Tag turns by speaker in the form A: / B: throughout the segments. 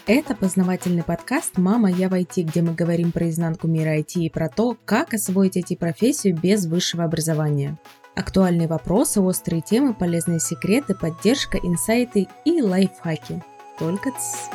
A: Это познавательный подкаст «Мама, я в IT», где мы говорим про изнанку мира IT и про то, как освоить IT-профессию без высшего образования. Актуальные вопросы, острые темы, полезные секреты, поддержка, инсайты и лайфхаки. Только тс.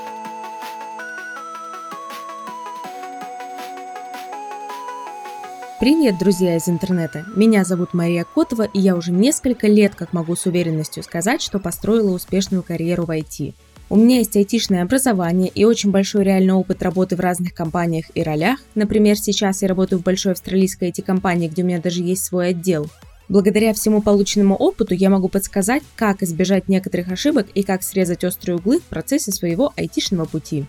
A: Привет, друзья из интернета! Меня зовут Мария Котова, и я уже несколько лет как могу с уверенностью сказать, что построила успешную карьеру в IT. У меня есть айтишное образование и очень большой реальный опыт работы в разных компаниях и ролях. Например, сейчас я работаю в большой австралийской IT-компании, где у меня даже есть свой отдел. Благодаря всему полученному опыту я могу подсказать, как избежать некоторых ошибок и как срезать острые углы в процессе своего айтишного пути.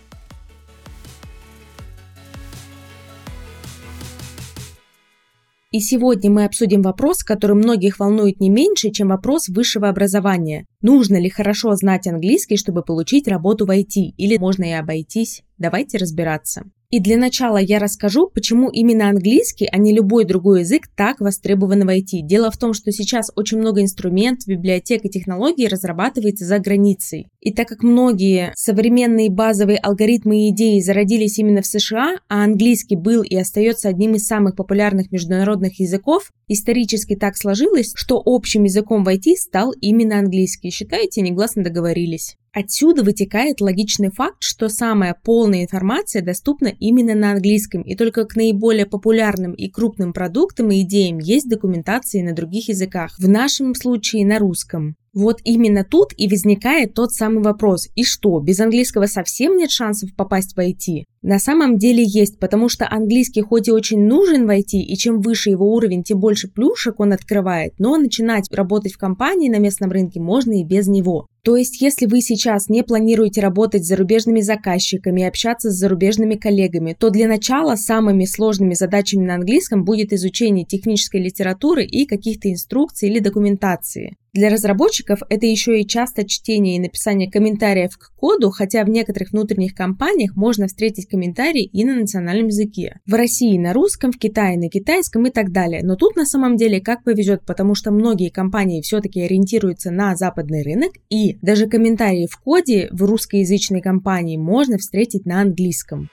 A: И сегодня мы обсудим вопрос, который многих волнует не меньше, чем вопрос высшего образования. Нужно ли хорошо знать английский, чтобы получить работу в IT, или можно и обойтись? Давайте разбираться. И для начала я расскажу, почему именно английский, а не любой другой язык так востребован в IT. Дело в том, что сейчас очень много инструментов, библиотек и технологий разрабатывается за границей. И так как многие современные базовые алгоритмы и идеи зародились именно в США, а английский был и остается одним из самых популярных международных языков, исторически так сложилось, что общим языком в IT стал именно английский. Считаете, негласно договорились. Отсюда вытекает логичный факт, что самая полная информация доступна именно на английском, и только к наиболее популярным и крупным продуктам и идеям есть документации на других языках, в нашем случае на русском. Вот именно тут и возникает тот самый вопрос: и что, без английского совсем нет шансов попасть в IT? На самом деле есть, потому что английский хоть и очень нужен в IT, и чем выше его уровень, тем больше плюшек он открывает, но начинать работать в компании на местном рынке можно и без него. То есть, если вы сейчас не планируете работать с зарубежными заказчиками и общаться с зарубежными коллегами, то для начала самыми сложными задачами на английском будет изучение технической литературы и каких-то инструкций или документации. Для разработчиков это еще и часто чтение и написание комментариев к коду, хотя в некоторых внутренних компаниях можно встретить комментарии и на национальном языке. В России на русском, в Китае на китайском и так далее. Но тут на самом деле как повезет, потому что многие компании все-таки ориентируются на западный рынок, и даже комментарии в коде в русскоязычной компании можно встретить на английском.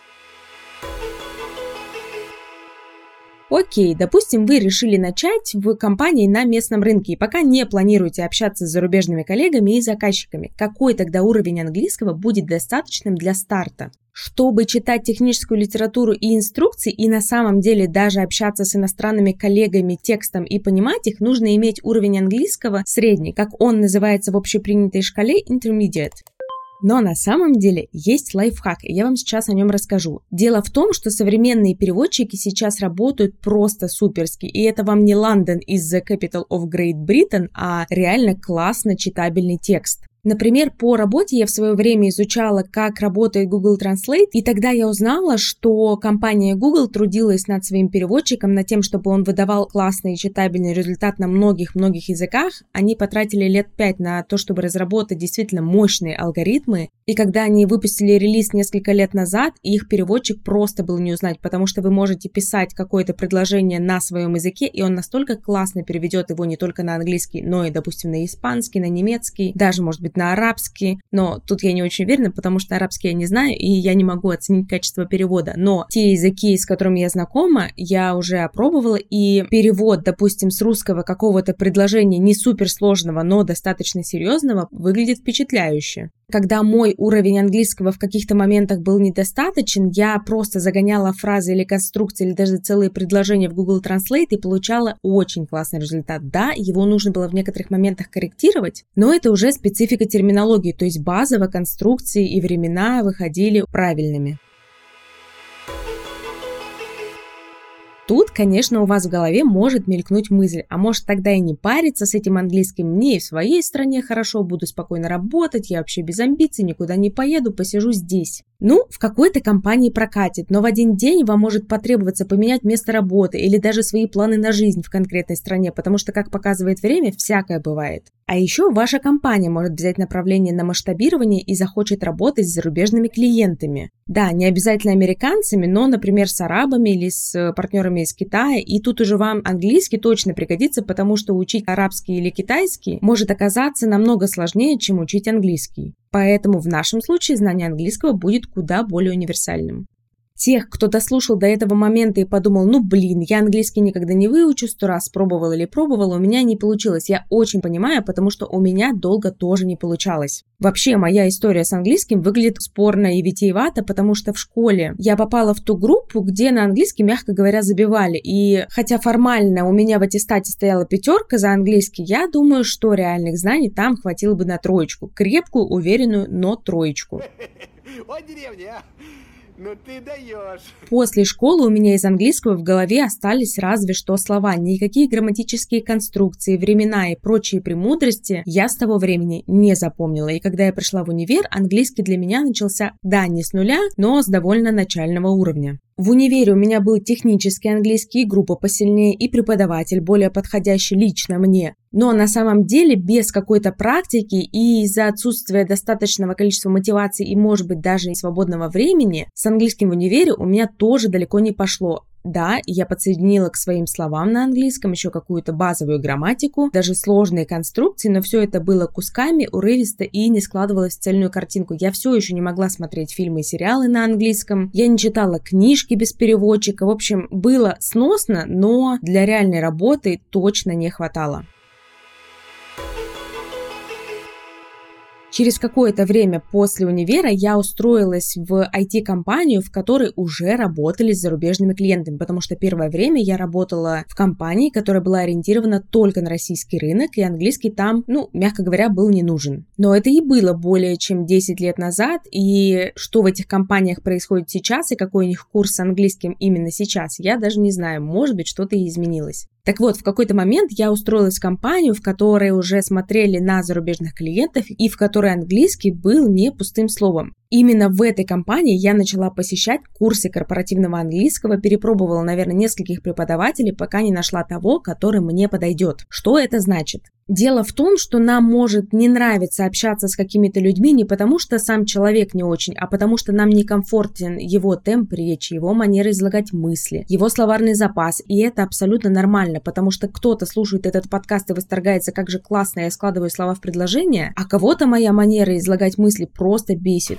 A: Окей, допустим, вы решили начать в компании на местном рынке и пока не планируете общаться с зарубежными коллегами и заказчиками. Какой тогда уровень английского будет достаточным для старта? Чтобы читать техническую литературу и инструкции и на самом деле даже общаться с иностранными коллегами текстом и понимать их, нужно иметь уровень английского средний, как он называется в общепринятой шкале intermediate. Но на самом деле есть лайфхак, и я вам сейчас о нем расскажу. Дело в том, что современные переводчики сейчас работают просто суперски, и это вам не London is the capital of Great Britain, а реально классно читабельный текст. Например, по работе я в свое время изучала, как работает Google Translate, и тогда я узнала, что компания Google трудилась над своим переводчиком, над тем, чтобы он выдавал классный и читабельный результат на многих-многих языках. Они потратили лет 5 на то, чтобы разработать действительно мощные алгоритмы, и когда они выпустили релиз несколько лет назад, их переводчик просто был не узнать, потому что вы можете писать какое-то предложение на своем языке, и он настолько классно переведет его не только на английский, но и, допустим, на испанский, на немецкий, даже, может быть, на арабский, но тут я не очень уверена, потому что арабский я не знаю, и я не могу оценить качество перевода, но те языки, с которыми я знакома, я уже опробовала, и перевод, допустим, с русского какого-то предложения не суперсложного, но достаточно серьезного, выглядит впечатляюще. Когда мой уровень английского в каких-то моментах был недостаточен, я просто загоняла фразы или конструкции, или даже целые предложения в Google Translate и получала очень классный результат. Да, его нужно было в некоторых моментах корректировать, но это уже специфика терминологии, то есть базово конструкции и времена выходили правильными. Тут, конечно, у вас в голове может мелькнуть мысль, а может тогда и не париться с этим английским, мне и в своей стране хорошо, буду спокойно работать, я вообще без амбиций, никуда не поеду, посижу здесь. Ну, в какой-то компании прокатит, но в один день вам может потребоваться поменять место работы или даже свои планы на жизнь в конкретной стране, потому что, как показывает время, всякое бывает. А еще ваша компания может взять направление на масштабирование и захочет работать с зарубежными клиентами. Да, не обязательно американцами, но, например, с арабами или с партнерами из Китая. И тут уже вам английский точно пригодится, потому что учить арабский или китайский может оказаться намного сложнее, чем учить английский. Поэтому в нашем случае знание английского будет куда более универсальным. Тех, кто дослушал до этого момента и подумал, я английский никогда не выучу, 100 раз пробовал, у меня не получилось. Я очень понимаю, потому что у меня долго тоже не получалось. Вообще, моя история с английским выглядит спорно и витиевато, потому что в школе я попала в ту группу, где на английский, мягко говоря, забивали. И хотя формально у меня в аттестате стояла 5 за английский, я думаю, что реальных знаний там хватило бы на 3. Крепкую, уверенную, но 3.
B: Ой, деревня, а! Ну ты даешь.
A: После школы у меня из английского в голове остались разве что слова. Никакие грамматические конструкции, времена и прочие премудрости я с того времени не запомнила. И когда я пришла в универ, английский для меня начался, да, не с нуля, но с довольно начального уровня. В универе у меня был технический английский, группа посильнее и преподаватель, более подходящий лично мне. Но на самом деле без какой-то практики и из-за отсутствия достаточного количества мотивации и, может быть, даже и свободного времени, с английским в универе у меня тоже далеко не пошло. Да, я подсоединила к своим словам на английском еще какую-то базовую грамматику, даже сложные конструкции, но все это было кусками, урывисто и не складывалось в цельную картинку. Я все еще не могла смотреть фильмы и сериалы на английском, я не читала книжки без переводчика. В общем, было сносно, но для реальной работы точно не хватало. Через какое-то время после универа я устроилась в IT-компанию, в которой уже работали с зарубежными клиентами, потому что первое время я работала в компании, которая была ориентирована только на российский рынок, и английский там, мягко говоря, был не нужен. Но это и было более чем 10 лет назад, и что в этих компаниях происходит сейчас, и какой у них курс с английским именно сейчас, я даже не знаю, может быть, что-то и изменилось. Так вот, в какой-то момент я устроилась в компанию, в которой уже смотрели на зарубежных клиентов и в которой английский был не пустым словом. Именно в этой компании я начала посещать курсы корпоративного английского, перепробовала, наверное, нескольких преподавателей, пока не нашла того, который мне подойдет. Что это значит? Дело в том, что нам может не нравиться общаться с какими-то людьми не потому, что сам человек не очень, а потому что нам некомфортен его темп речи, его манера излагать мысли, его словарный запас. И это абсолютно нормально, потому что кто-то слушает этот подкаст и восторгается, как же классно я складываю слова в предложения, а кого-то моя манера излагать мысли просто бесит.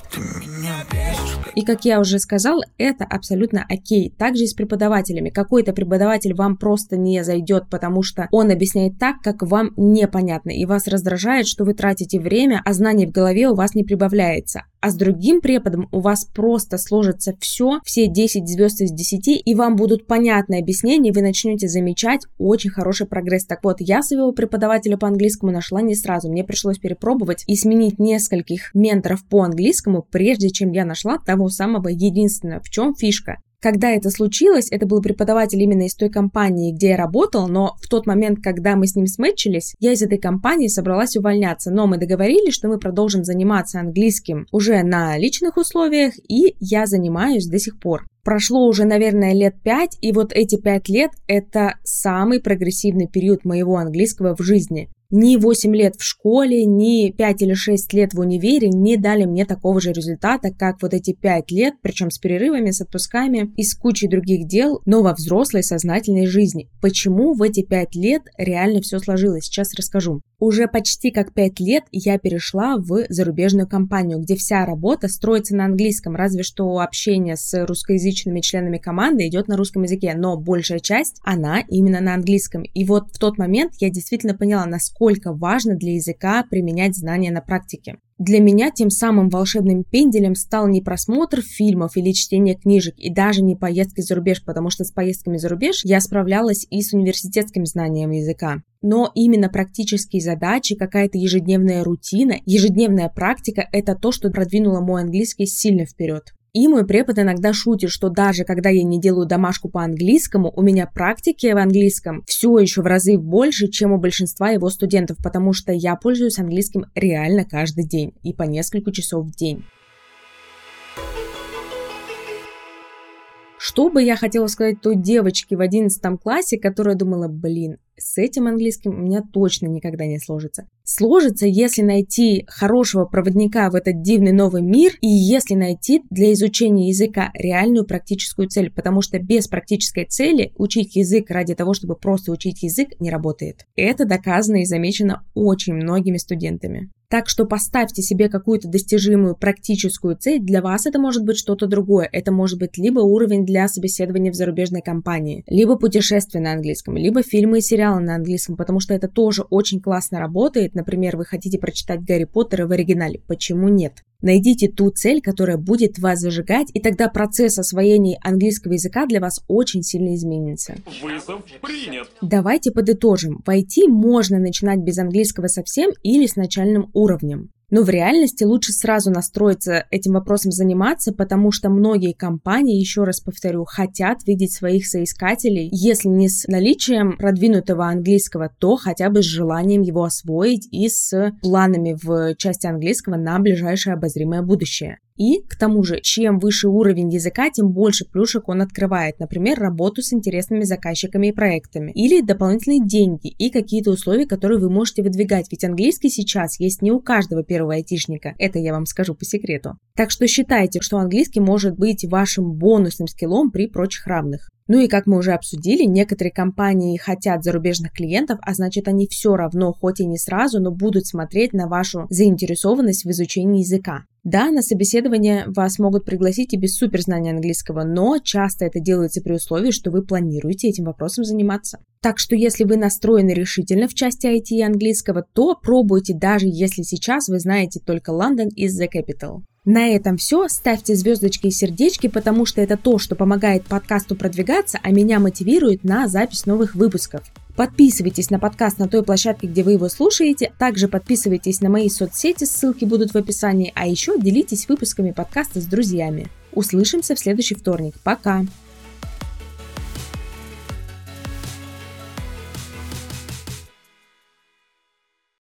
A: И, как я уже сказала, это абсолютно окей. Также и с преподавателями. Какой-то преподаватель вам просто не зайдет, потому что он объясняет так, как вам непонятно, и вас раздражает, что вы тратите время, а знаний в голове у вас не прибавляется. А с другим преподом у вас просто сложится все 10 звезд из 10, и вам будут понятны объяснения, и вы начнете замечать очень хороший прогресс. Так вот, я своего преподавателя по английскому нашла не сразу. Мне пришлось перепробовать и сменить нескольких менторов по английскому, прежде чем я нашла того самого единственного. В чем фишка? Когда это случилось, это был преподаватель именно из той компании, где я работала, но в тот момент, когда мы с ним сметчились, я из этой компании собралась увольняться, но мы договорились, что мы продолжим заниматься английским уже на личных условиях, и я занимаюсь до сих пор. Прошло уже, наверное, лет 5, и вот эти 5 лет – это самый прогрессивный период моего английского в жизни. Ни 8 лет в школе, ни 5 или 6 лет в универе не дали мне такого же результата, как вот эти 5 лет, причем с перерывами, с отпусками и с кучей других дел, но во взрослой сознательной жизни. Почему в эти 5 лет реально все сложилось? Сейчас расскажу. Уже почти как 5 лет я перешла в зарубежную компанию, где вся работа строится на английском, разве что общение с русскоязычными членами команды идет на русском языке, но большая часть, она именно на английском. И вот в тот момент я действительно поняла, насколько важно для языка применять знания на практике. Для меня тем самым волшебным пенделем стал не просмотр фильмов или чтение книжек, и даже не поездки за рубеж, потому что с поездками за рубеж я справлялась и с университетским знанием языка. Но именно практические задачи, какая-то ежедневная рутина, ежедневная практика – это то, что продвинуло мой английский сильно вперед. И мой препод иногда шутит, что даже когда я не делаю домашку по английскому, у меня практики в английском все еще в разы больше, чем у большинства его студентов, потому что я пользуюсь английским реально каждый день и по несколько часов в день. Что бы я хотела сказать той девочке в 11 классе, которая думала, С этим английским у меня точно никогда не сложится. Сложится, если найти хорошего проводника в этот дивный новый мир и если найти для изучения языка реальную практическую цель, потому что без практической цели учить язык ради того, чтобы просто учить язык, не работает. Это доказано и замечено очень многими студентами. Так что поставьте себе какую-то достижимую практическую цель. Для вас это может быть что-то другое. Это может быть либо уровень для собеседования в зарубежной компании, либо путешествия на английском, либо фильмы и сериалы на английском, потому что это тоже очень классно работает. Например, вы хотите прочитать Гарри Поттера в оригинале. Почему нет? Найдите ту цель, которая будет вас зажигать, и тогда процесс освоения английского языка для вас очень сильно изменится.
C: Вызов принят.
A: Давайте подытожим. В IT можно начинать без английского совсем или с начальным уровнем. Но в реальности лучше сразу настроиться этим вопросом заниматься, потому что многие компании, еще раз повторю, хотят видеть своих соискателей, если не с наличием продвинутого английского, то хотя бы с желанием его освоить и с планами в части английского на ближайшее обозримое будущее. И, к тому же, чем выше уровень языка, тем больше плюшек он открывает, например, работу с интересными заказчиками и проектами, или дополнительные деньги и какие-то условия, которые вы можете выдвигать, ведь английский сейчас есть не у каждого первого айтишника, это я вам скажу по секрету. Так что считайте, что английский может быть вашим бонусным скиллом при прочих равных. Ну и как мы уже обсудили, некоторые компании хотят зарубежных клиентов, а значит они все равно, хоть и не сразу, но будут смотреть на вашу заинтересованность в изучении языка. Да, на собеседование вас могут пригласить и без суперзнания английского, но часто это делается при условии, что вы планируете этим вопросом заниматься. Так что если вы настроены решительно в части IT и английского, то пробуйте, даже если сейчас вы знаете только London is the capital. На этом все. Ставьте звездочки и сердечки, потому что это то, что помогает подкасту продвигаться, а меня мотивирует на запись новых выпусков. Подписывайтесь на подкаст на той площадке, где вы его слушаете. Также подписывайтесь на мои соцсети, ссылки будут в описании. А еще делитесь выпусками подкаста с друзьями. Услышимся в следующий вторник. Пока!